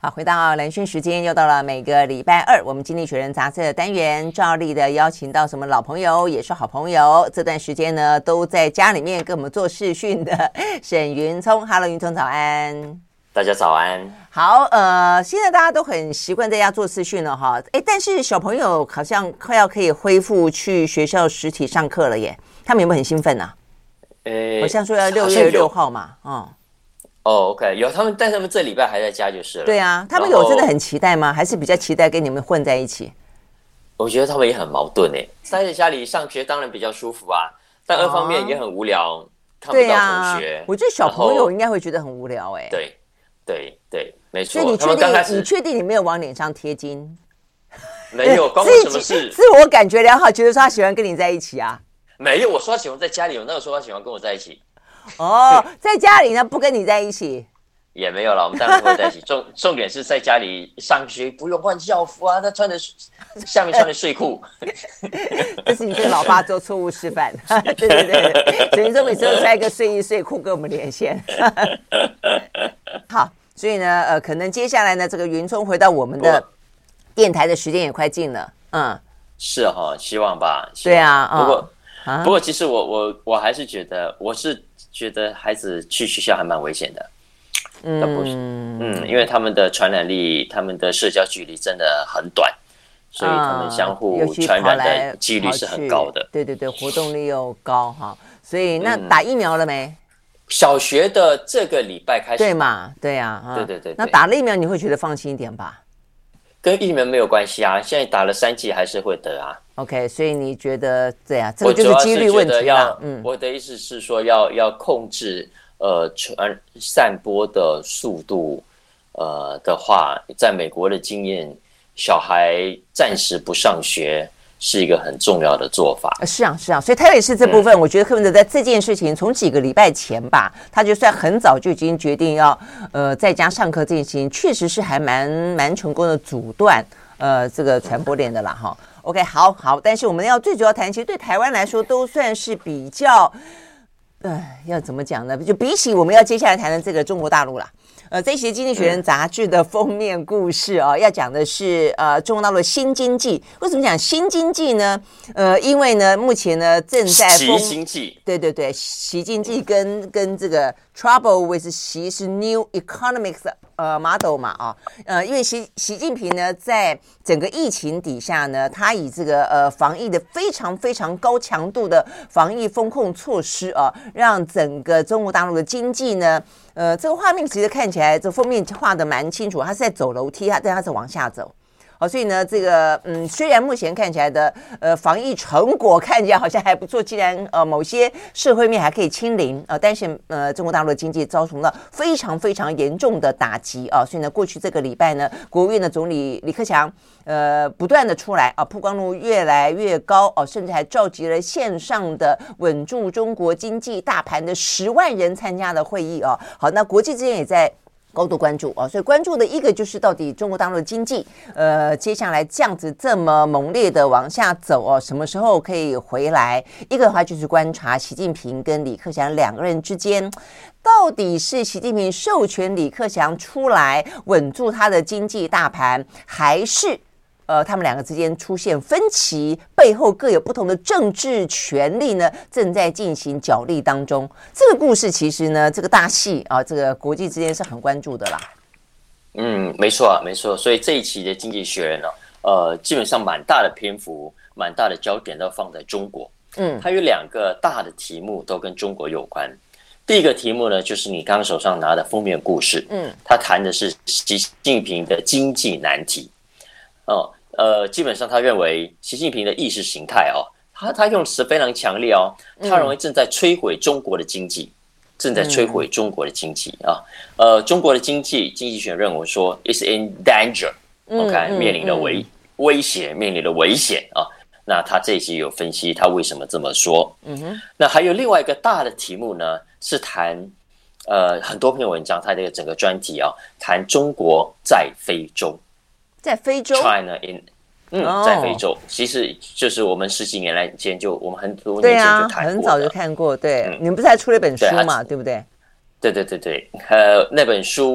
好，回到蓝轩时间，又到了每个礼拜二，我们经济学人杂志的单元，照例的邀请到什么老朋友，也是好朋友。这段时间呢，都在家里面跟我们做视讯的沈云聪 ，Hello， 云聪早安。 大家早安。 好，现在大家都很习惯在家做视讯了哈，但是小朋友好像快要可以恢复去学校实体上课了耶，他们有没有很兴奋啊？好像说要6月6号嘛， OK， 有他们，但他们这礼拜还在家就是了。 对啊，他们有真的很期待吗？还是比较期待跟你们混在一起？ 我觉得他们也很矛盾诶，待在家里上学当然比较舒服啊，但二方面也很无聊，看不到同学。 我觉得小朋友应该会觉得很无聊诶。 对，没错。 所以你确定你没有往脸上贴金？ 没有，关我什么事？ 自我感觉良好，觉得说他喜欢跟你在一起啊？ 没有，我说他喜欢在家里，我那个时候他喜欢跟我在一起。 在家里呢不跟你在一起也没有了，我们当然会在一起。重点是在家里上学不用换校服啊，他下面穿的睡裤。 这是你这个老爸做错误示范。对，所以说每次都穿一个睡衣睡裤跟我们连线。好，所以呢，可能接下来呢，这个云聪回到我们的电台的时间也快近了。 是哈，希望吧。 对啊， 不过其实我还是觉得孩子去学校还蛮危险的。因为他们的传染力、他们的社交距离真的很短，所以他们相互传染的几率是很高的。 对，活动力又高哈。所以那打疫苗了没？ 小学的这个礼拜开始。 对嘛？对啊。 对。 那打了疫苗你会觉得放心一点吧？ 跟疫苗没有关系啊，现在打了3剂还是会得啊。 OK， 所以你觉得对啊，这个就是几率问题啦。 我的意思是说要控制散播的速度的话，在美国的经验，小孩暂时不上学是一个很重要的做法。 是啊，所以台北市这部分，我觉得柯文哲在这件事情从几个礼拜前吧，他就算很早就已经决定要在家上课这件事情，确实是还蛮成功的阻断这个传播链的啦哈。OK， 好，但是我们要最主要谈，其实对台湾来说都算是比较。要怎么讲呢？就比起我们要接下来谈的这个中国大陆啦，这一期《经济学人》杂志的封面故事要讲的是中国大陆的新经济。为什么讲新经济呢？因为呢，目前呢正在习经济， 对，习经济跟这个 Trouble with 习是 New Economics model 嘛因为习近平呢在整个疫情底下呢，他以这个防疫的非常非常高强度的防疫风控措施让整个中国大陆的经济呢，这个画面其实看起来这封面画的蛮清楚，它是在走楼梯，但它是往下走。所以呢，这个虽然目前看起来的防疫成果看起来好像还不错，既然某些社会面还可以清零但是中国大陆的经济遭受了非常非常严重的打击所以呢，过去这个礼拜呢，国务院的总理李克强不断的出来曝光度越来越高甚至还召集了线上的稳住中国经济大盘的10万人参加的会议好，那国际之间也在高度关注所以关注的一个就是到底中国大陆的经济接下来这样子这么猛烈的往下走什么时候可以回来？一个的话就是观察习近平跟李克强两个人之间，到底是习近平授权李克强出来稳住他的经济大盘，还是他们两个之间出现分歧，背后各有不同的政治权力呢，正在进行角力当中。这个故事其实呢，这个大戏这个国际之间是很关注的啦。 没错。所以这一期的《经济学人》基本上蛮大的篇幅、蛮大的焦点都放在中国。它有2个大的题目都跟中国有关。第一个题目呢，就是你刚刚手上拿的封面故事。它谈的是习近平的经济难题。基本上他认为习近平的意识形态他用词非常强烈他认为正在摧毁中国的经济，中国的经济学认为说 is in danger， 面临了威胁，面临了危险那他这一期有分析他为什么这么说。那还有另外一个大的题目呢，是谈很多篇文章，他的整个专题谈中国在非洲。 在非洲 China in 在非洲，其实就是我们10几年来前我们很多年前就谈过的， 很早就看过。对，你们不是还出了一本书嘛，对不对？ 对。那本书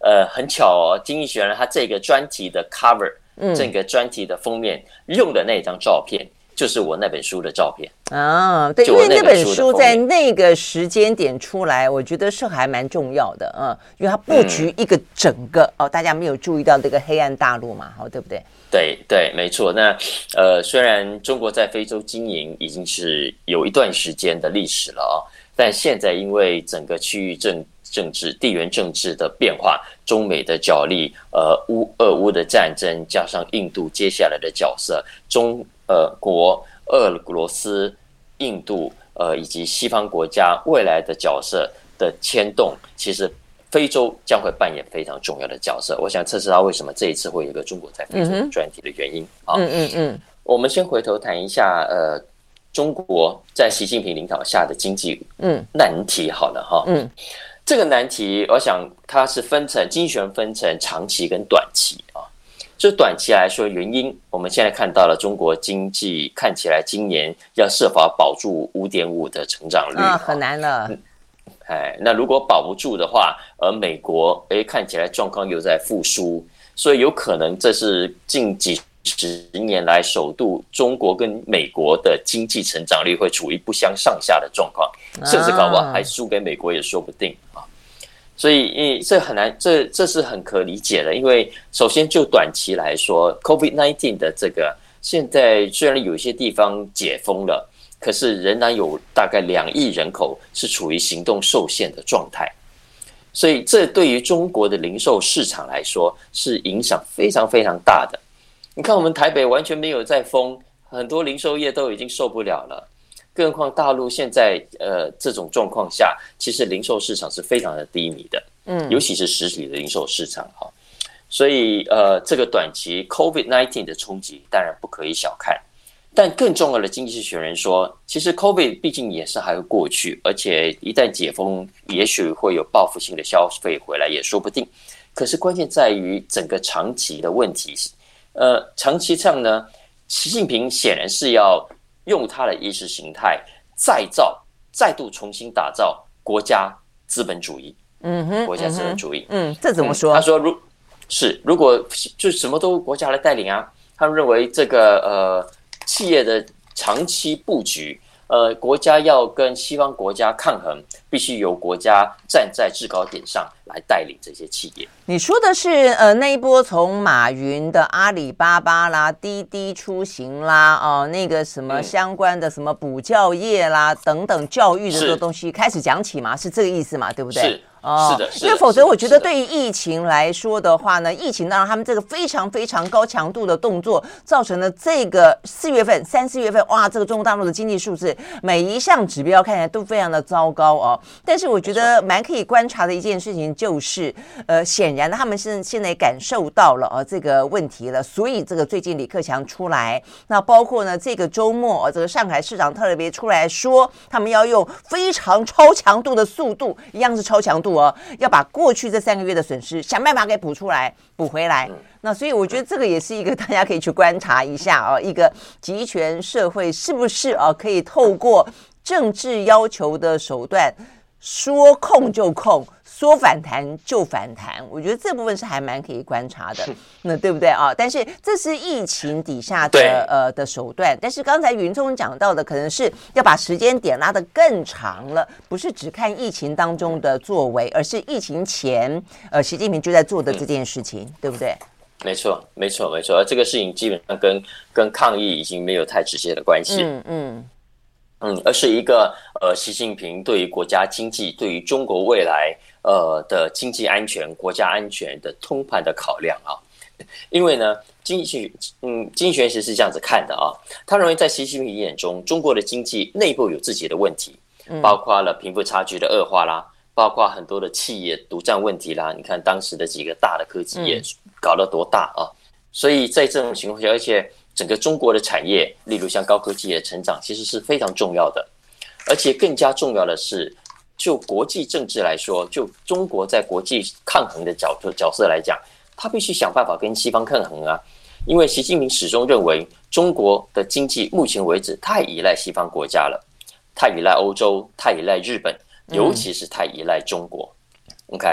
很巧哦，经济学人他这个专题的 cover，这个专题的封面用的那张照片，就是我那本书的照片啊。对，因为那本书在那个时间点出来，我觉得是还蛮重要的，因为它布局一个整个大家没有注意到这个黑暗大陆嘛，对不对？ 对对，没错。那虽然中国在非洲经营已经是有一段时间的历史了但现在因为整个区域政治、地缘政治的变化，中美的角力，俄乌的战争，加上印度接下来的角色，俄罗斯、印度以及西方国家未来的角色的牵动，其实非洲将会扮演非常重要的角色。我想这是他为什么这一次会有一个中国在非洲的专题的原因我们先回头谈一下中国在习近平领导下的经济难题好了这个难题我想它是经济学分成长期跟短期就短期来说，原因我们现在看到了中国经济看起来今年要设法保住 5.5% 的成长率很难了那如果保不住的话，而美国看起来状况又在复苏，所以有可能这是近几10年来首度中国跟美国的经济成长率会处于不相上下的状况，甚至搞不好还输给美国也说不定所以这很难，这是很可理解的，因为首先就短期来说 COVID-19 的这个现在虽然有一些地方解封了，可是仍然有大概2亿人口是处于行动受限的状态，所以这对于中国的零售市场来说是影响非常非常大的。你看我们台北完全没有在封，很多零售业都已经受不了了，更何况大陆现在这种状况下，其实零售市场是非常的低迷的，尤其是实体的零售市场所以这个短期 COVID-19 的冲击当然不可以小看，但更重要的经济学人说，其实 COVID 毕竟也是还会过去，而且一旦解封，也许会有报复性的消费回来也说不定。可是关键在于整个长期的问题长期上呢，习近平显然是要用他的意识形态再度重新打造国家资本主义。国家资本主义。 这怎么说？ 他说如果就什么都国家来带领他们认为这个企业的长期布局，国家要跟西方国家抗衡，必须由国家站在制高点上来带领这些企业。 你说的是那一波从马云的阿里巴巴啦、滴滴出行啦、那个什么相关的什么补教业啦等等教育的这个东西开始讲起嘛？是这个意思嘛？对不对？ 是的， 因为否则我觉得对于疫情来说的话呢，疫情当然他们这个非常非常高强度的动作，造成了这个3、4月份，哇，这个中国大陆的经济数字每一项指标看起来都非常的糟糕但是我觉得蛮可以观察的一件事情就是，显然他们是现在感受到了这个问题了，所以这个最近李克强出来，那包括呢这个周末这个上海市长特别出来说，他们要用非常超强度的速度，一样是超强度要把过去这3个月的损失想办法给补回来。那所以我觉得这个也是一个大家可以去观察一下一个集权社会是不是可以透过政治要求的手段说控就控，说反弹就反弹，我觉得这部分是还蛮可以观察的，那对不对但是这是疫情底下的手段，但是刚才云聪讲到的，可能是要把时间点拉得更长了，不是只看疫情当中的作为，而是疫情前习近平就在做的这件事情，对不对？ 没错，这个事情基本上跟抗疫已经没有太直接的关系。而是一个习近平对于国家经济、对于中国未来的经济安全、国家安全的通盘的考量因为呢，经济学家是这样子看的他认为在习近平眼中，中国的经济内部有自己的问题，包括了贫富差距的恶化啦，包括很多的企业独占问题啦。你看当时的几个大的科技业搞得多大所以在这种情况下，而且整个中国的产业，例如像高科技的成长，其实是非常重要的。而且更加重要的是，就国际政治来说，就中国在国际抗衡的角色来讲，他必须想办法跟西方抗衡因为习近平始终认为，中国的经济目前为止太依赖西方国家了，太依赖欧洲，太依赖日本，尤其是太依赖中国。OK，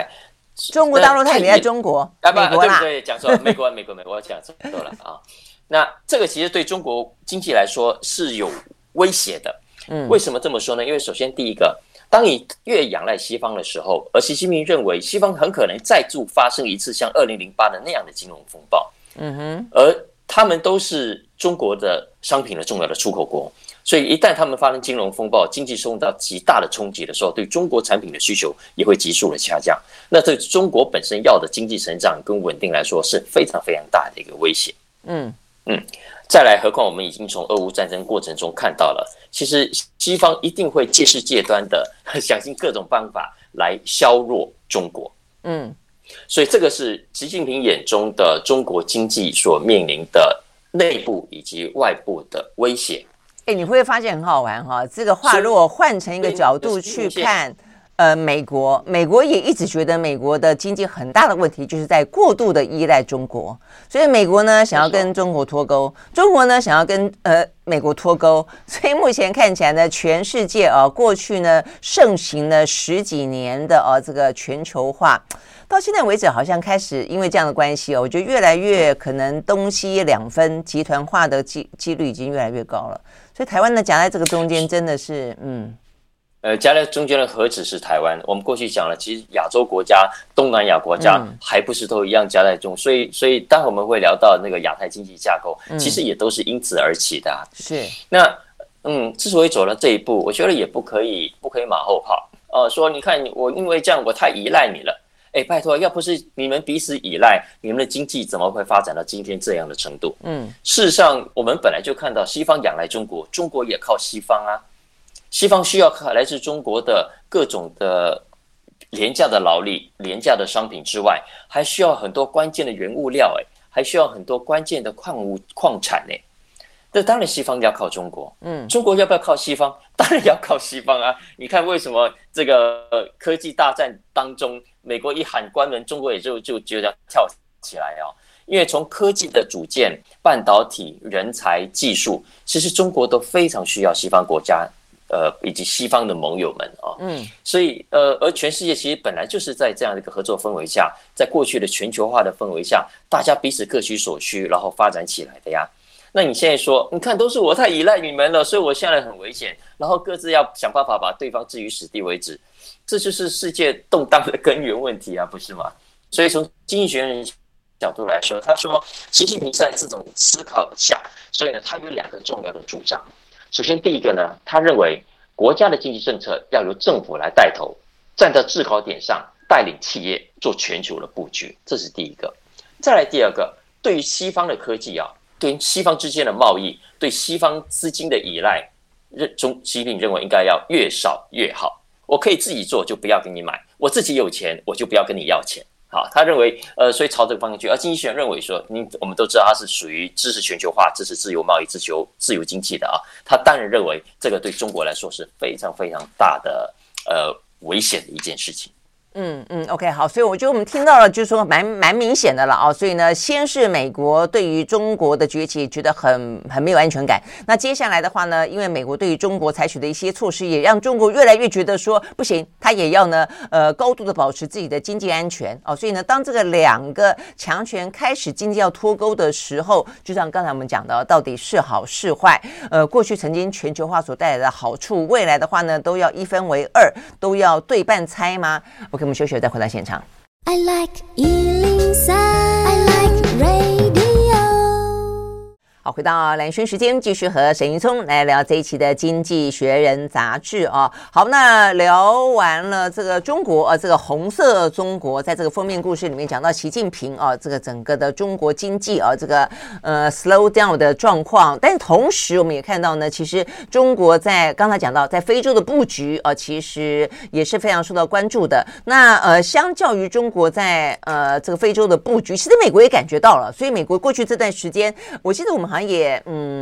中国大陆它也在中国，美国啦， 对，讲错了，美国，我讲错了啊。那这个其实对中国经济来说是有威胁的。为什么这么说呢？因为首先第一个，当你越仰赖西方的时候，而习近平认为西方很可能再度发生一次像2008的那样的金融风暴，而他们都是中国的商品的重要的出口国，所以一旦他们发生金融风暴，经济受到极大的冲击的时候，对中国产品的需求也会急速的下降。那对中国本身要的经济成长跟稳定来说，是非常非常大的一个威胁。再来，何况我们已经从俄乌战争过程中看到了，其实西方一定会借势借端的想尽各种办法来削弱中国。所以这个是习近平眼中的中国经济所面临的内部以及外部的威胁。 你会发现很好玩哈，这个话如果换成一个角度去看。美国也一直觉得美国的经济很大的问题就是在过度的依赖中国，所以美国呢想要跟中国脱钩，中国呢想要跟美国脱钩，所以目前看起来呢，全世界过去呢盛行了10几年的这个全球化，到现在为止好像开始因为这样的关系我觉得越来越可能东西两分，集团化的几率已经越来越高了，所以台湾呢夹在这个中间真的是夹在中间的何止是台湾？我们过去讲了，其实亚洲国家、东南亚国家还不是都一样夹在中，所以当我们会聊到那个亚太经济架构，其实也都是因此而起的。 是。 那之所以走到这一步，我觉得也不可以马后炮。说你看我因为这样我太依赖你了，拜托，要不是你们彼此依赖，你们的经济怎么会发展到今天这样的程度？事实上我们本来就看到西方仰赖中国，中国也靠西方啊。西方需要来自中国的各种的廉价的劳力、廉价的商品之外，还需要很多关键的原物料，还需要很多关键的矿产。这当然西方要靠中国，中国要不要靠西方？当然要靠西方啊！你看为什么这个科技大战当中，美国一喊关门，中国也就觉得跳起来因为从科技的组件、半导体、人才、技术，其实中国都非常需要西方国家。以及西方的盟友们所以而全世界其实本来就是在这样的一个合作氛围下，在过去的全球化的氛围下，大家彼此各取所需，然后发展起来的呀。那你现在说，你看都是我太依赖你们了，所以我现在很危险，然后各自要想办法把对方置于死地为止，这就是世界动荡的根源问题啊，不是吗？所以从经济学人角度来说，他说习近平在这种思考下，所以呢，他有2个重要的主张。首先第一个呢，他认为国家的经济政策要由政府来带头，站在制高点上带领企业做全球的布局，这是第一个。再来第二个，对于西方的科技对西方之间的贸易，对西方资金的依赖，习近平认为应该要越少越好。我可以自己做，就不要跟你买；我自己有钱，我就不要跟你要钱。好，他认为所以朝这个方向去。而经济学人认为说，我们都知道他是属于支持全球化、支持自由贸易、支持自由经济的他当然认为这个对中国来说是非常非常大的危险的一件事情。 OK， 好，所以我觉得我们听到了，就是说蛮明显的了所以呢，先是美国对于中国的崛起觉得很没有安全感，那接下来的话呢，因为美国对于中国采取的一些措施，也让中国越来越觉得说不行，他也要呢高度的保持自己的经济安全所以呢，当这个2个强权开始经济要脱钩的时候，就像刚才我们讲的，到底是好是坏？过去曾经全球化所带来的好处，未来的话呢，都要1分为2，都要对半拆吗？OK， 我们休息了再回到现场。I like 103, I like radio。好，回到蓝轩时间，继续和沈云聪来聊这一期的《经济学人》杂志好，那聊完了这个中国这个红色中国，在这个封面故事里面讲到习近平这个整个的中国经济这个slow down 的状况，但同时我们也看到呢，其实中国在刚才讲到在非洲的布局其实也是非常受到关注的。那相较于中国在这个非洲的布局，其实美国也感觉到了，所以美国过去这段时间，我记得我们好像也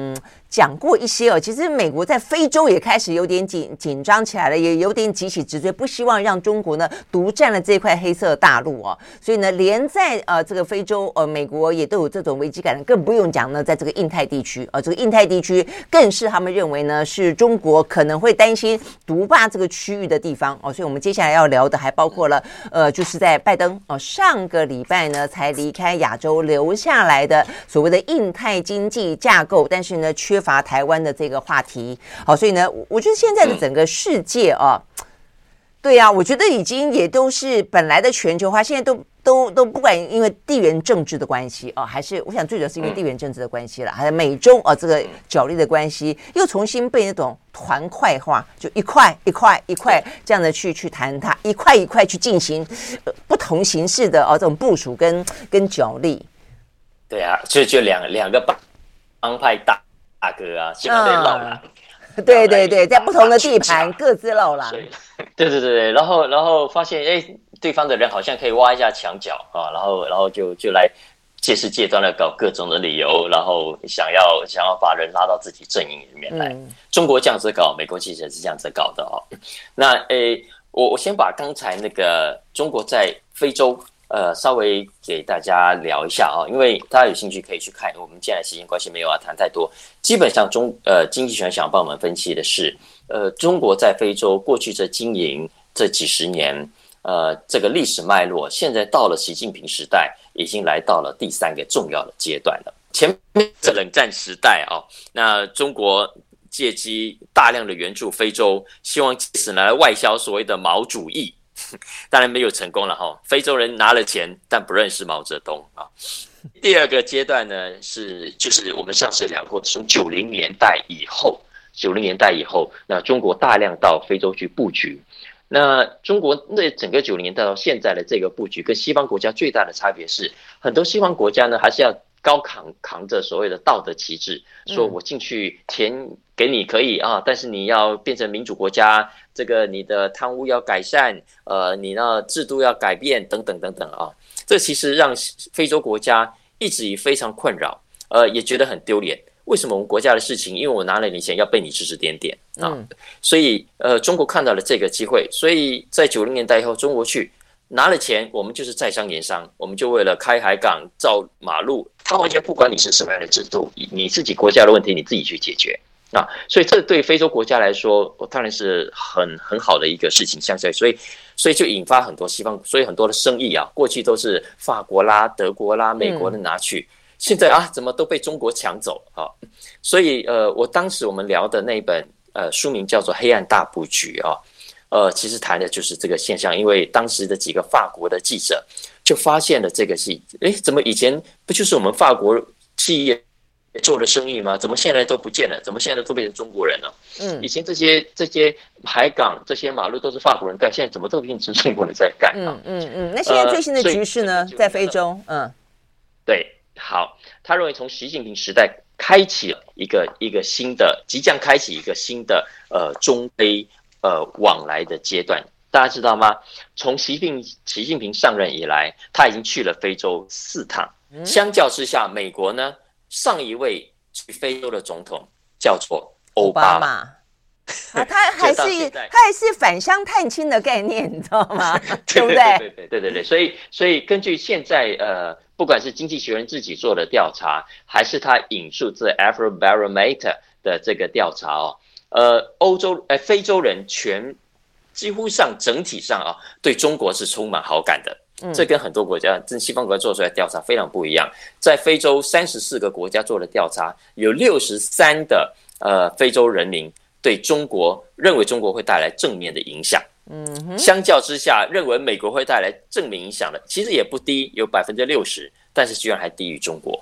讲过一些哦，其实美国在非洲也开始有点紧张起来了，也有点急起直追，不希望让中国呢独占了这块黑色大陆哦。所以呢，连在这个非洲美国也都有这种危机感，更不用讲呢，在这个印太地区这个印太地区更是他们认为呢是中国可能会担心独霸这个区域的地方哦。所以我们接下来要聊的还包括了就是在拜登上个礼拜呢才离开亚洲留下来的所谓的印太经济架构，但是呢缺乏台湾的这个话题。好，所以呢，我觉得现在的整个世界对啊，我觉得已经也都是本来的全球化，现在都不管因为地缘政治的关系还是我想最主要是因为地缘政治的关系了，还有美中这个角力的关系，又重新被那种团块化，就一块一块一块这样的去谈它，一块一块去进行不同形式的这种部署跟角力。对啊，就两个帮派大哥啊，喜欢被绕来。 对对对，在不同的地盘各自绕狼。 对对对，然后发现对方的人好像可以挖一下墙角然后就来借势借端的搞各种的理由，然后想要把人拉到自己阵营里面来。中国这样子搞，美国其实也是这样子搞的那我先把刚才那个中国在非洲稍微给大家聊一下因为大家有兴趣可以去看。我们现在时间关系没有谈太多，基本上经济学人想帮我们分析的是，中国在非洲过去经营这几十年，这个历史脉络，现在到了习近平时代，已经来到了第3个重要的阶段了。前面是冷战时代那中国借机大量的援助非洲，希望借此来外销所谓的毛主义。当然没有成功了非洲人拿了钱，但不认识毛泽东第2个阶段呢，就是我们上次聊过，从90年代以后，那中国大量到非洲去布局。那中国那整个90年代到现在的这个布局，跟西方国家最大的差别是，很多西方国家呢还是要高扛着所谓的道德旗帜，说我进去钱给你可以但是你要变成民主国家，这个你的贪污要改善，你呢制度要改变等等等等这其实让非洲国家一直以非常困扰，也觉得很丢脸。为什么我们国家的事情，因为我拿了你钱要被你指指点点所以中国看到了这个机会，所以在90年代以后，中国去拿了钱，我们就是在商言商，我们就为了开海港、造马路，他完全不管你是什么样的制度，你自己国家的问题你自己去解决所以这对非洲国家来说，当然是很好的一个事情，相对，所以就引发很多西方，所以很多的生意过去都是法国啦、德国啦、美国的拿去，现在怎么都被中国抢走所以我当时我们聊的那本书名叫做《黑暗大布局》其实谈的就是这个现象，因为当时的几个法国的记者就发现了这个是，怎么以前不就是我们法国企业做的生意吗？怎么现在都不见了？怎么现在都变成中国人了？以前这些海港、这些马路都是法国人盖，现在怎么都变成中国人在盖那现在最新的局势呢？在非洲， 对，好，他认为从习近平时代开启了一个新的，即将开启一个新的中非往来的阶段。大家知道吗？从习近平上任以来，他已经去了非洲4趟。相较之下，美国呢，上一位去非洲的总统叫做奥巴马。 他还是返乡探亲的概念，你知道吗？对不对？ 对。所以根据现在不管是经济学人自己做的调查，还是他引述自 Afrobarometer 的这个调查非洲人几乎上整体上对中国是充满好感的。这跟很多国家西方国家做出来的调查非常不一样。在非洲34个国家做的调查，有63%的非洲人民对中国认为中国会带来正面的影响。相较之下，认为美国会带来正面影响的其实也不低，有60%，但是居然还低于中国。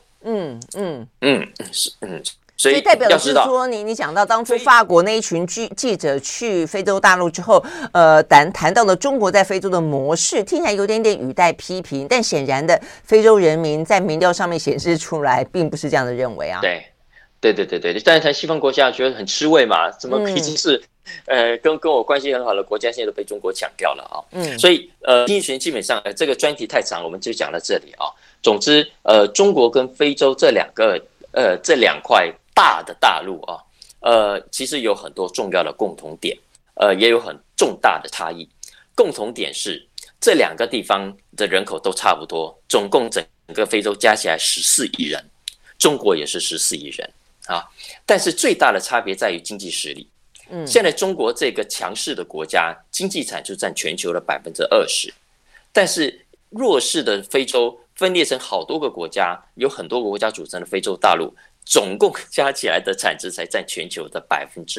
所以代表的是说，你讲到当初法国那一群记者去非洲大陆之后，谈到了中国在非洲的模式，听起来有点语带批评，但显然的，非洲人民在民调上面显示出来，并不是这样的认为对，但是西方国家觉得很吃味嘛，怎么已经是跟我关系很好的国家，现在都被中国抢掉了所以经济学基本上这个专题太长，我们就讲到这里总之中国跟非洲这两块大的大陆啊，其实有很多重要的共同点，也有很重大的差异。共同点是这两个地方的人口都差不多，总共整个非洲加起来14亿人，中国也是14亿人啊。但是最大的差别在于经济实力。现在中国这个强势的国家，经济产出占全球的20%，但是弱势的非洲分裂成好多个国家，有很多个国家组成的非洲大陆，总共加起来的产值才占全球的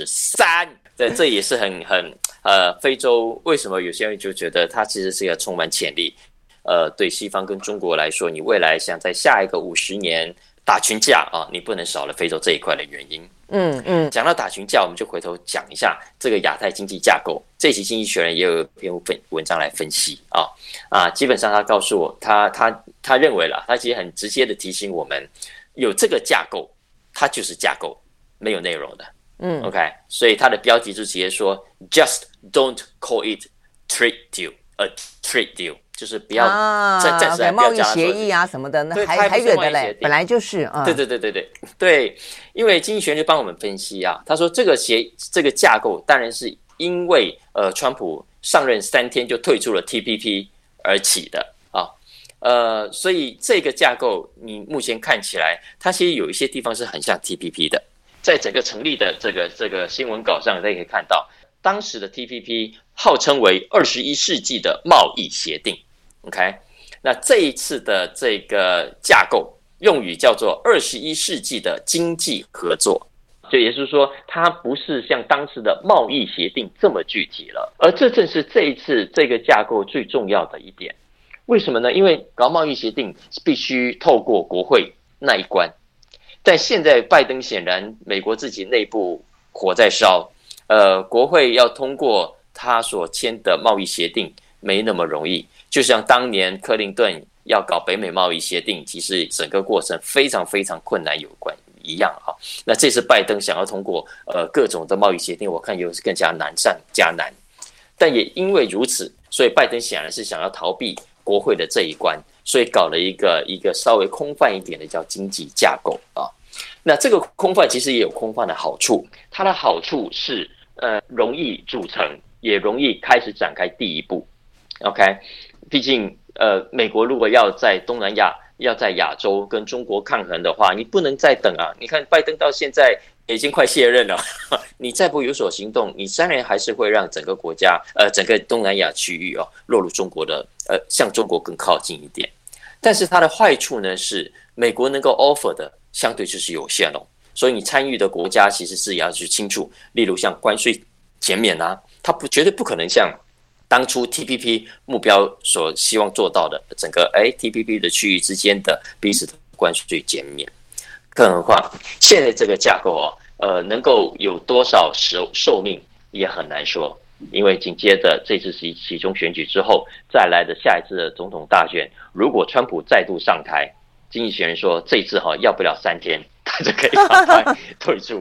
3%。这也是很非洲为什么有些人就觉得它其实是一个充满潜力，对西方跟中国来说，你未来想在下一个50年打群架啊，你不能少了非洲这一块的原因。讲到打群架，我们就回头讲一下这个亚太经济架构。这期《经济学人》也有一篇文章来分析基本上他告诉我，他认为啦，他其实很直接的提醒我们，有这个架构，它就是架构，没有内容的。OK， 所以他的标题就直接说 ，Just don't call it trade deal， a trade deal， 就是不要暂时贸易协议啊什么的，那还远的嘞，本来就是对，因为经济学人就帮我们分析啊，他说这个架构当然是因为川普上任3天就退出了 TPP 而起的所以这个架构你目前看起来，它其实有一些地方是很像 TPP 的。在整个成立的这个新闻稿上，大家可以看到，当时的 TPP 号称为21世纪的贸易协定。OK， 那这一次的这个架构用语叫做21世纪的经济合作，就也就是说，它不是像当时的贸易协定这么具体了。而这正是这一次这个架构最重要的一点。为什么呢？因为搞贸易协定必须透过国会那一关。但现在拜登显然美国自己内部火在烧，国会要通过他所签的贸易协定没那么容易，就像当年克林顿要搞北美贸易协定，其实整个过程非常非常困难有关一样那这次拜登想要通过各种的贸易协定，我看又是更加难上加难。但也因为如此，所以拜登显然是想要逃避国会的这一关，所以搞了一个稍微空泛一点的叫经济架构那这个空泛其实也有空泛的好处，它的好处是容易组成，也容易开始展开第一步。OK， 毕竟美国如果要在东南亚、要在亚洲跟中国抗衡的话，你不能再等啊！你看拜登到现在已经快卸任了，你再不有所行动，你当然还是会让整个国家整个东南亚区域落入中国的向中国更靠近一点。但是它的坏处呢是，美国能够 offer 的相对就是有限所以你参与的国家其实是也要去清楚，例如像关税减免它绝对不可能像当初 TPP 目标所希望做到的整个TPP 的区域之间的彼此的关税减免。更何况现在这个架构能够有多少寿命也很难说，因为紧接着这次期中选举之后再来的下一次的总统大选，如果川普再度上台，经济学人说这一次要不了3天他就可以赶快退出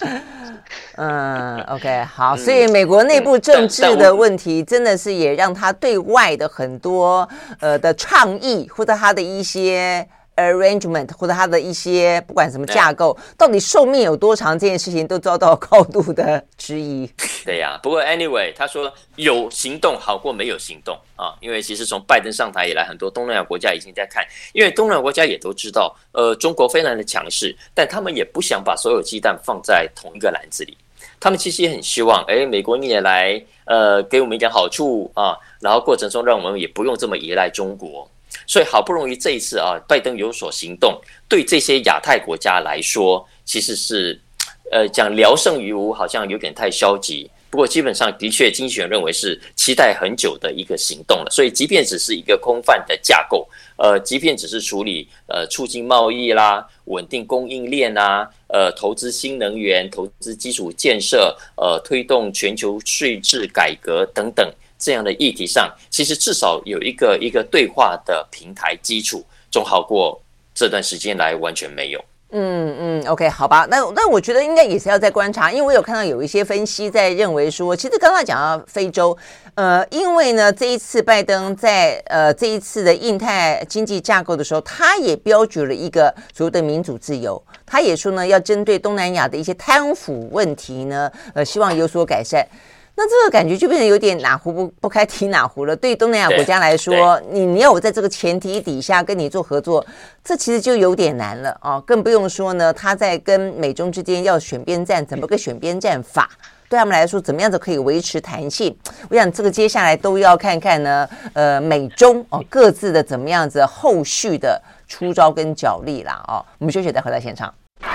OK， 好，所以美国内部政治的问题真的是也让他对外的很多的倡议或者他的一些arrangement 或者他的一些不管什么架构到底寿命有多长，这件事情都遭到高度的质疑。 对呀，不过 anyway 他说有行动好过没有行动因为其实从拜登上台以来，很多东南亚国家已经在看，因为东南亚国家也都知道中国非常的强势，但他们也不想把所有鸡蛋放在同一个篮子里，他们其实也很希望美国你也来给我们一点好处然后过程中让我们也不用这么依赖中国。所以好不容易这一次拜登有所行动，对这些亚太国家来说其实是讲聊胜于无，好像有点太消极。不过基本上的确经济学人认为是期待很久的一个行动了，所以即便只是一个空泛的架构即便只是处理促进贸易啦、稳定供应链啦、投资新能源、投资基础建设、推动全球税制改革等等这样的议题上，其实至少有一个对话的平台基础，总好过这段时间来完全没有。 OK， 好吧，那我觉得应该也是要再观察，因为我有看到有一些分析在认为说，其实刚刚讲到非洲，因为呢这一次拜登在这一次的印太经济架构的时候，他也标举了一个所谓的民主自由，他也说呢要针对东南亚的一些贪腐问题呢，希望有所改善。那这个感觉就变成有点哪壶不开提哪壶了。对东南亚国家来说，你要我在这个前提底下跟你做合作，这其实就有点难了啊！更不用说呢，他在跟美中之间要选边站，怎么个选边站法？对他们来说，怎么样子可以维持弹性？我想这个接下来都要看看呢，美中各自的怎么样子后续的出招跟角力啦哦。我们休息再回到现场。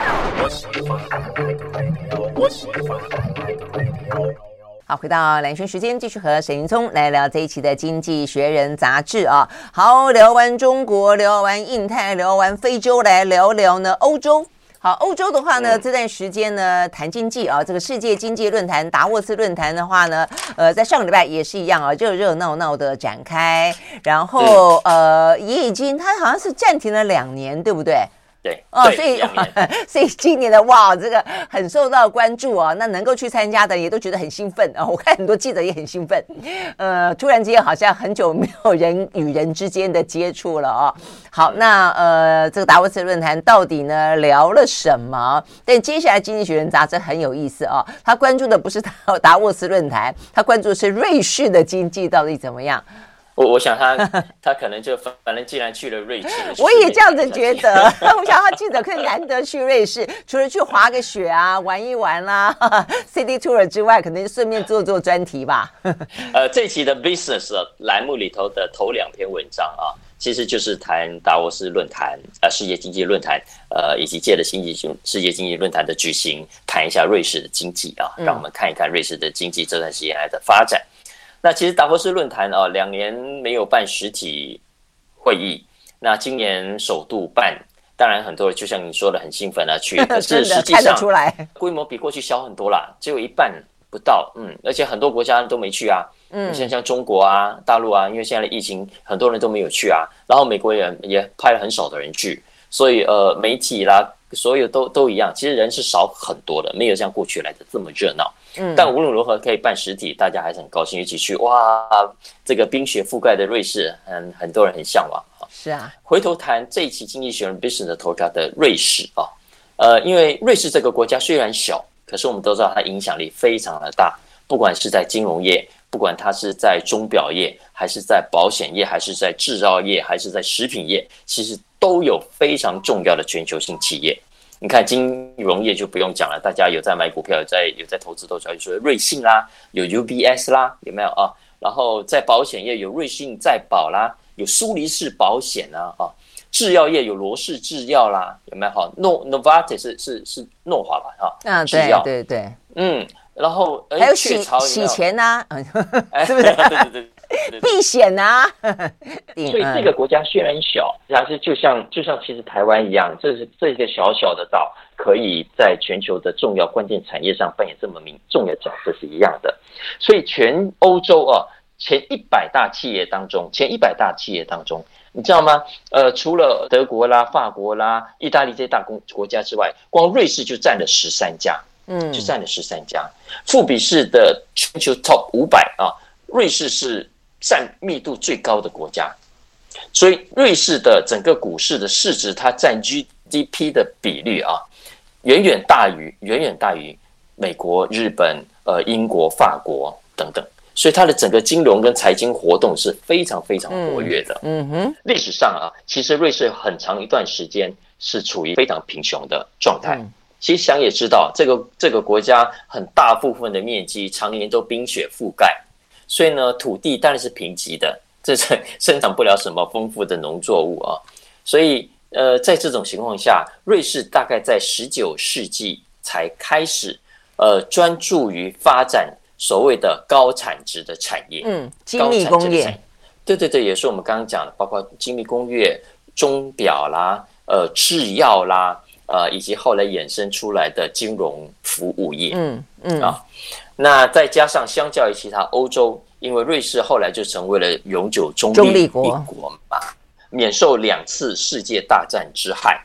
好，回到蓝轩时间，继续和沈云聪来聊这一期的《经济学人》杂志啊。好，聊完中国，聊完印太，聊完非洲，来聊聊呢欧洲。好，欧洲的话呢，这段时间呢谈经济啊，这个世界经济论坛达沃斯论坛的话呢，在上个礼拜也是一样啊，热热闹闹的展开，然后也已经它好像是暂停了2年，对不对？ 对所以今年的哇，这个很受到关注啊。那能够去参加的也都觉得很兴奋啊。我看很多记者也很兴奋，突然间好像很久没有人与人之间的接触了啊。好，那这个达沃斯论坛到底呢聊了什么？但接下来《经济学人》杂志很有意思啊，他关注的不是达沃斯论坛，他关注的是瑞士的经济到底怎么样。 我想他可能就反正既然去了瑞士， 我也这样子觉得。我想他记者可以难得去瑞士，除了去滑个雪啊、玩一玩啦、City Tour 之外，可能顺便做专题吧。 这一期的 Business 栏目里头的头2篇文章啊，其实就是谈达沃斯论坛、世界经济论坛，以及借着世界经济论坛的举行，谈一下瑞士的经济啊，让我们看一看瑞士的经济这段时间来的发展。那其实达沃斯论坛2年没有办实体会议，那今年首度办，当然很多人就像你说的很兴奋去，可是实际上规模比过去小很多啦，只有一半不到，而且很多国家都没去啊，像中国啊、大陆啊，因为现在的疫情，很多人都没有去啊，然后美国人也派了很少的人去，所以媒体啦，所有都一样，其实人是少很多的，没有像过去来的这么热闹。但无论如何可以办实体，大家还是很高兴一起去。哇，这个冰雪覆盖的瑞士，很多人很向往。 是啊， 回头谈这一期《经济学人》Business 的头条的瑞士因为瑞士这个国家虽然小，可是我们都知道它影响力非常的大，不管是在金融业，不管它是在钟表业，还是在保险业，还是在制造业，还是在食品业，其实都有非常重要的全球性企业。你看金融业就不用讲了，大家有在买股票，有在投资都知道，说瑞信啦，有 UBS 啦，有没有啊？然后在保险业有瑞信再保啦，有苏黎世保险啊，制药业有罗氏制药啦，有没有？哈，Novartis 是诺华吧？制药， 对， 然后还有洗钱啊，是不是？对。避险啊， 所以这个国家虽然小，但是就像其实台湾一样，这个小小的岛，可以在全球的重要关键产业上扮演这么重要角色是一样的。所以全欧洲前100大企业当中，你知道吗？除了德国啦、法国啦、意大利这些大国家之外，光瑞士就占了13家，就占了13家。富比士的全球 Top 500瑞士是占密度最高的国家，所以瑞士的整个股市的市值，它占 GDP 的比率远远大于美国、日本、英国、法国等等，所以它的整个金融跟财经活动是非常非常活跃的。历史上其实瑞士很长一段时间是处于非常贫穷的状态。其实想也知道，这个国家很大部分的面积常年都冰雪覆盖。所以呢，土地当然是贫瘠的，这是生产不了什么丰富的农作物所以在这种情况下，瑞士大概在19世纪才开始专注于发展所谓的高产值的产业， 精密工业， 对，也是我们刚刚讲的，包括精密工业、钟表啦、制药啦，以及后来衍生出来的金融服务业，那再加上相较于其他欧洲，因为瑞士后来就成为了永久中立国嘛，免受2次世界大战之害，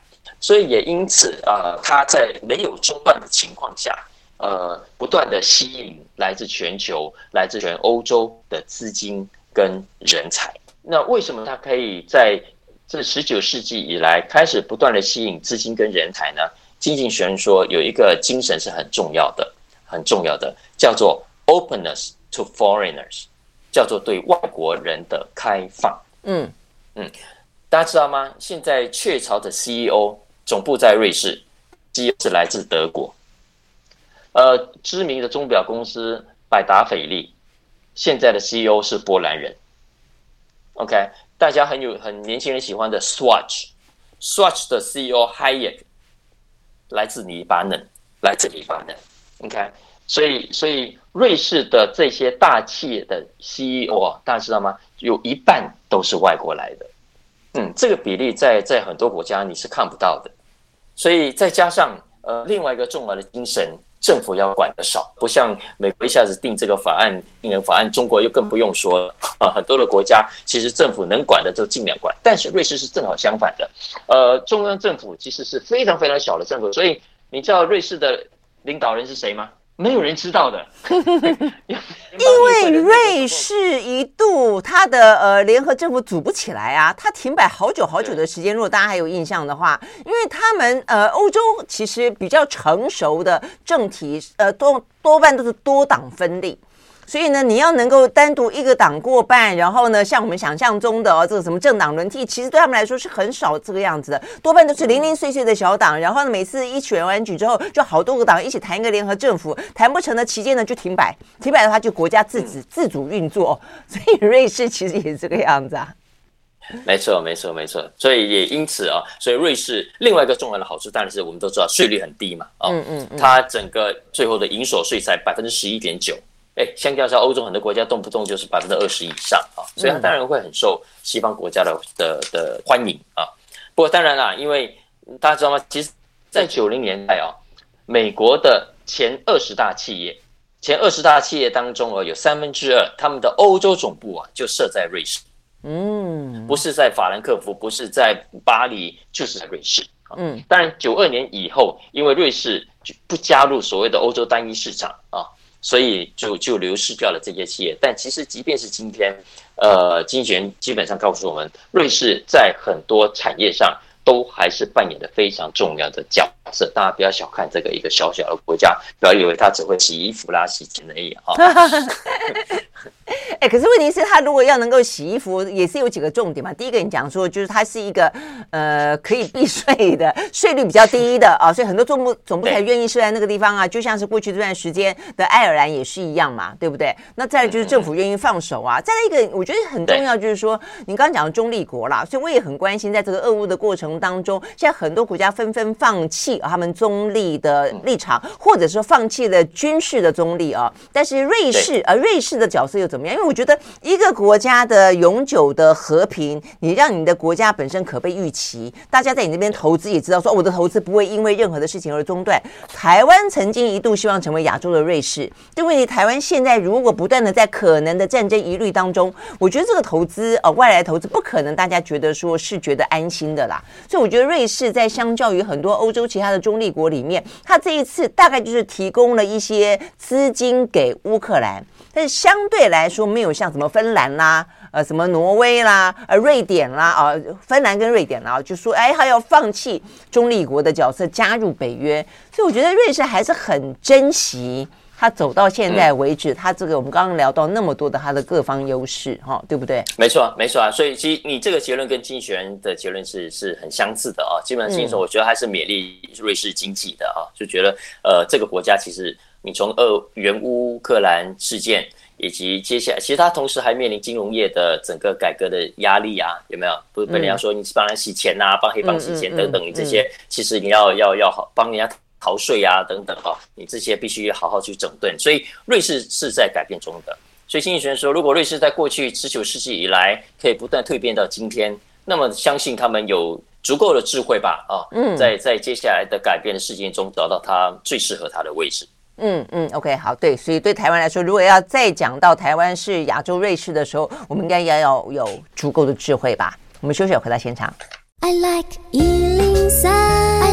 所以也因此它在没有中断的情况下，不断的吸引来自全球、来自全欧洲的资金跟人才。那为什么它可以在这19世纪以来开始不断的吸引资金跟人才呢？经济学人说有一个精神是很重要的，叫做 openness to foreigners， 叫做对外国人的开放。大家知道吗？现在雀巢的 CEO 总部在瑞士， CEO 是来自德国。知名的钟表公司百达翡丽现在的 CEO 是波兰人。OK， 大家很年轻人喜欢的 Swatch 的 CEO Hayek 来自黎巴嫩。OK， 所以瑞士的这些大企业的 CEO 大家知道吗？有一半都是外国来的。这个比例在很多国家你是看不到的。所以再加上另外一个重要的精神，政府要管得少，不像美国一下子定这个法案，定了法案，中国又更不用说了。很多的国家其实政府能管的就尽量管，但是瑞士是正好相反的。中央政府其实是非常非常小的政府，所以你知道瑞士的领导人是谁吗？没有人知道的。 因为瑞士一度它的联合政府组不起来啊，它停摆好久的时间。如果大家还有印象的话，因为他们欧洲其实比较成熟的政体多半都是多党分立。所以呢，你要能够单独一个党过半，然后呢，像我们想象中的这个什么政党轮替，其实对他们来说是很少这个样子的，多半都是零零碎碎的小党。然后呢，每次一选完举之后，就好多个党一起谈一个联合政府，谈不成的期间呢就停摆的话就国家自主运作。所以瑞士其实也是这个样子啊。 没错，所以也因此所以瑞士另外一个重要的好处，当然是我们都知道税率很低嘛。它整个最后的营所税才 11.9%。相较下，欧洲很多国家动不动就是 20% 以上所以它当然会很受西方国家的欢迎不过当然啦，因为大家知道吗？其实，在90年代美国的前20大企业当中有2/3他们的欧洲总部就设在瑞士。不是在法兰克福，不是在巴黎，就是在瑞士。当然92年以后，因为瑞士不加入所谓的欧洲单一市场所以就流失掉了这些企业。但其实即便是今天，经济学人基本上告诉我们，瑞士在很多产业上都还是扮演的非常重要的角色。大家不要小看这个一个小小的国家，不要以为它只会洗衣服啦、洗钱而已可是问题是，他如果要能够洗衣服，也是有几个重点嘛。第一个，你讲说就是它是一个可以避税的，税率比较低的所以很多总部才愿意设在那个地方就像是过去这段时间的爱尔兰也是一样嘛，对不对？那再来就是政府愿意放手再来一个，我觉得很重要就是说，你刚刚讲的中立国啦，所以我也很关心，在这个俄乌的过程当中，现在很多国家纷纷放弃他们中立的立场，或者说放弃了军事的中立但是瑞士的角色又怎么样？因为我觉得一个国家的永久的和平，你让你的国家本身可被预期，大家在你那边投资也知道说我的投资不会因为任何的事情而中断。台湾曾经一度希望成为亚洲的瑞士，因为台湾现在如果不断的在可能的战争疑虑当中，我觉得这个投资外来投资不可能大家觉得说是觉得安心的啦。所以我觉得瑞士在相较于很多欧洲其他的中立国里面，它这一次大概就是提供了一些资金给乌克兰，但是相对来说没有像什么芬兰啦、什么挪威啦、瑞典啦芬兰跟瑞典啦，就说他要放弃中立国的角色，加入北约。所以我觉得瑞士还是很珍惜他走到现在为止，他这个我们刚刚聊到那么多的他的各方优势对不对？ 没错所以其实你这个结论跟经济学人的结论是很相似的基本上经济我觉得还是勉励瑞士经济的就觉得这个国家其实你从原乌克兰事件，以及接下来其实他同时还面临金融业的整个改革的压力有没有？不是被人家说你是帮人洗钱帮黑帮洗钱等等，你这些其实你要好帮人家逃税等等你这些必须好好去整顿。所以瑞士是在改变中的。所以经济学人说，如果瑞士在过去19世纪以来可以不断蜕变到今天，那么相信他们有足够的智慧吧在接下来的改变的事件中找到他最适合他的位置。 OK， 好，对，所以对台湾来说，如果要再讲到台湾是亚洲瑞士的时候，我们应该要有足够的智慧吧。我们休息，回到现场。I like 103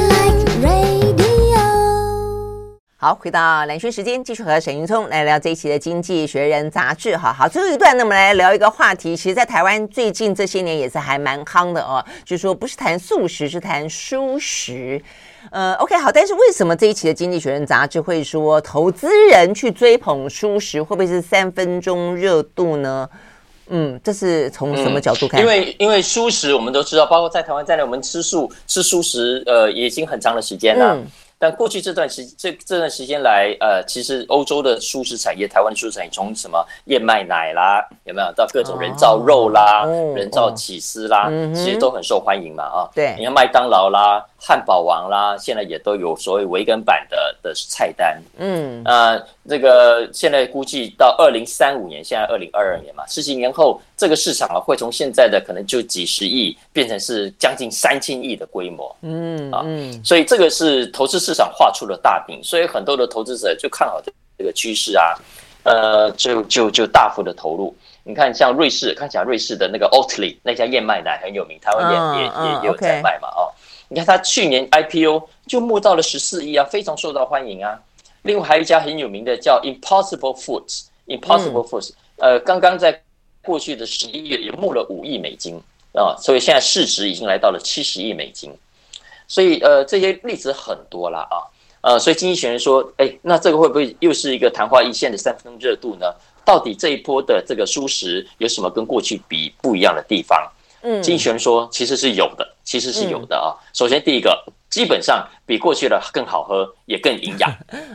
好，回到蓝轩时间，继续和沈云聪来聊这一期的《经济学人》杂志。好，最后一段呢，我们来聊一个话题。其实，在台湾最近这些年也是还蛮夯的哦，就是说不是谈素食，是谈蔬食。OK， 好，但是为什么这一期的《经济学人》杂志会说投资人去追捧蔬食，会不会是3分钟热度呢？这是从什么角度看？ 因为蔬食我们都知道，包括在台湾在内，我们吃蔬食也已经很长的时间了。但过去这段时间来，其实欧洲的蔬食产业、台湾的蔬食产业，从什么燕麦奶啦，有没有到各种人造肉啦、人造起司啦，其实都很受欢迎嘛啊。 对， 你看麦当劳啦、汉堡王啦，现在也都有所谓维根版的菜单。这个现在估计到2035年，现在2022年嘛，10几年后，这个市场会从现在的可能就几十亿，变成是将近3000亿的规模。所以这个是投资市场画出了大饼，所以很多的投资者就看好这个趋势啊，就大幅的投入。你看，像瑞士，看起来瑞士的那个 Oatly 那家燕麦奶很有名，台湾也有在卖嘛你看它去年 IPO 就募到了14亿啊，非常受到欢迎啊。另外还有一家很有名的叫 Impossible Foods， 刚刚在过去的11月也募了5亿美金啊，所以现在市值已经来到了70亿美金。所以这些例子很多啦所以经济学人说，那这个会不会又是一个昙花一现的3分钟热度呢？到底这一波的这个蔬食有什么跟过去比不一样的地方？经济学人说其实是有的啊。首先第一个，基本上比过去的更好喝，也更营养。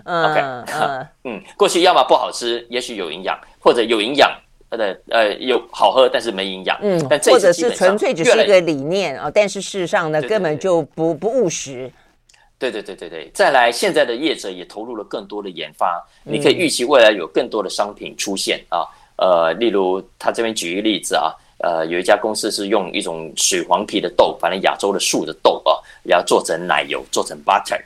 过去要么不好吃，也许有营养，或者有营养。有好喝，但是没营养。但这或者是纯粹只是一个理念但是事实上呢，根本就不务实。 对。再来，现在的业者也投入了更多的研发，你可以预期未来有更多的商品出现例如他这边举一个例子有一家公司是用一种水黄皮的豆，反正亚洲的树的豆然后做成奶油，做成 butter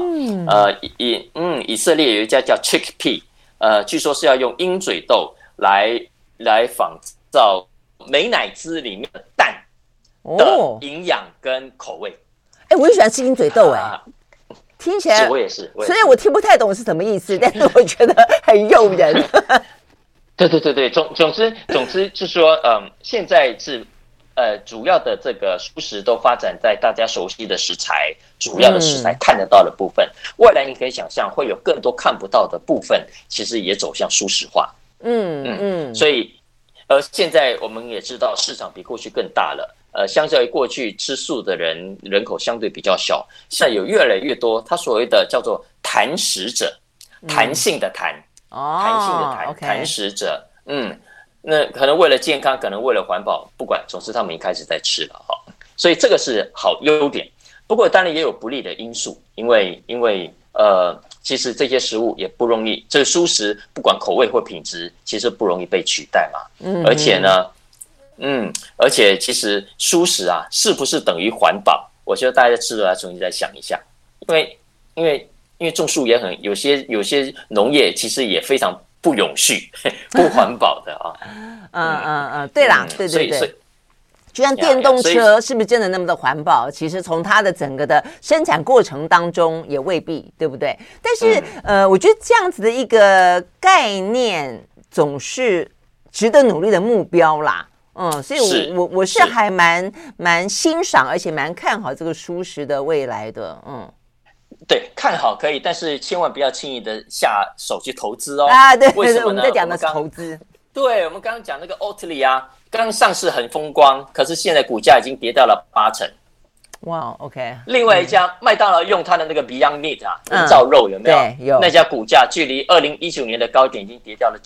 以色列有一家叫 Chickpea， 据说是要用鹰嘴豆来仿造美乃滋里面的蛋的营养跟口味。 我也喜欢吃鹰嘴豆听起来我也是， 虽然我听不太懂是什么意思，但是我觉得很诱人。 对，总之就是说，现在是主要的这个蔬食都发展在大家熟悉的食材，主要的食材看得到的部分。未来你可以想象会有更多看不到的部分，其实也走向蔬食化。所以现在我们也知道市场比过去更大了。相较于过去吃素的人口相对比较小，现在有越来越多他所谓的叫做弹食者，弹性的弹，弹食者。那可能为了健康，可能为了环保，不管，总之他们已经开始在吃了所以这个是好优点。不过当然也有不利的因素，因为其实这些食物也不容易，这个蔬食不管口味或品质，其实不容易被取代嘛。而且呢，而且其实蔬食是不是等于环保？我觉得大家吃了要重新再想一下，因为种树也有些农业其实也非常不永续、不环保的对啦，对。就像电动车是不是真的那么的环保？其实从它的整个的生产过程当中也未必，对不对？但是我觉得这样子的一个概念总是值得努力的目标啦。所以我是还蛮欣赏，而且蛮看好这个蔬食的未来的。 对，看好可以，但是千万不要轻易的下手去投资对， 为什么呢？ 我们在讲的是投资。 对，我们刚刚讲那个 Oatly 刚上市很风光，可是现在股价已经跌掉了80%。 哇 ，OK。 另外一家麦当劳用它的那个 Beyond Meat 人造肉有没有？ 对，有。 那家股价距离2019年的高点已经跌掉了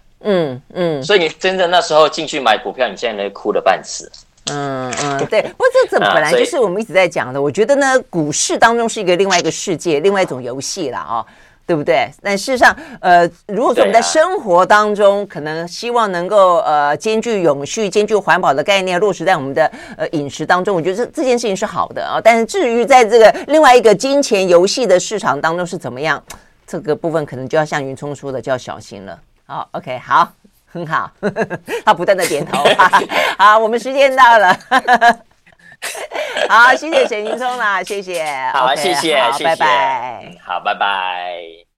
90%。所以你真的那时候进去买股票，你现在哭得半死。 对。不过这本来就是我们一直在讲的。我觉得呢，股市当中是另外一个世界，另外一种游戏啦对不对？但事实上，如果说我们在生活当中，可能希望能够兼具永续、兼具环保的概念落实在我们的饮食当中，我觉得这件事情是好的但是至于在这个另外一个金钱游戏的市场当中是怎么样，这个部分可能就要像云聪说的，就要小心了。OK， 好，很好，他不断的点头。好，我们时间到了。好，谢谢沈云聪啦，谢谢。 好，谢谢， 拜拜。 好，拜拜。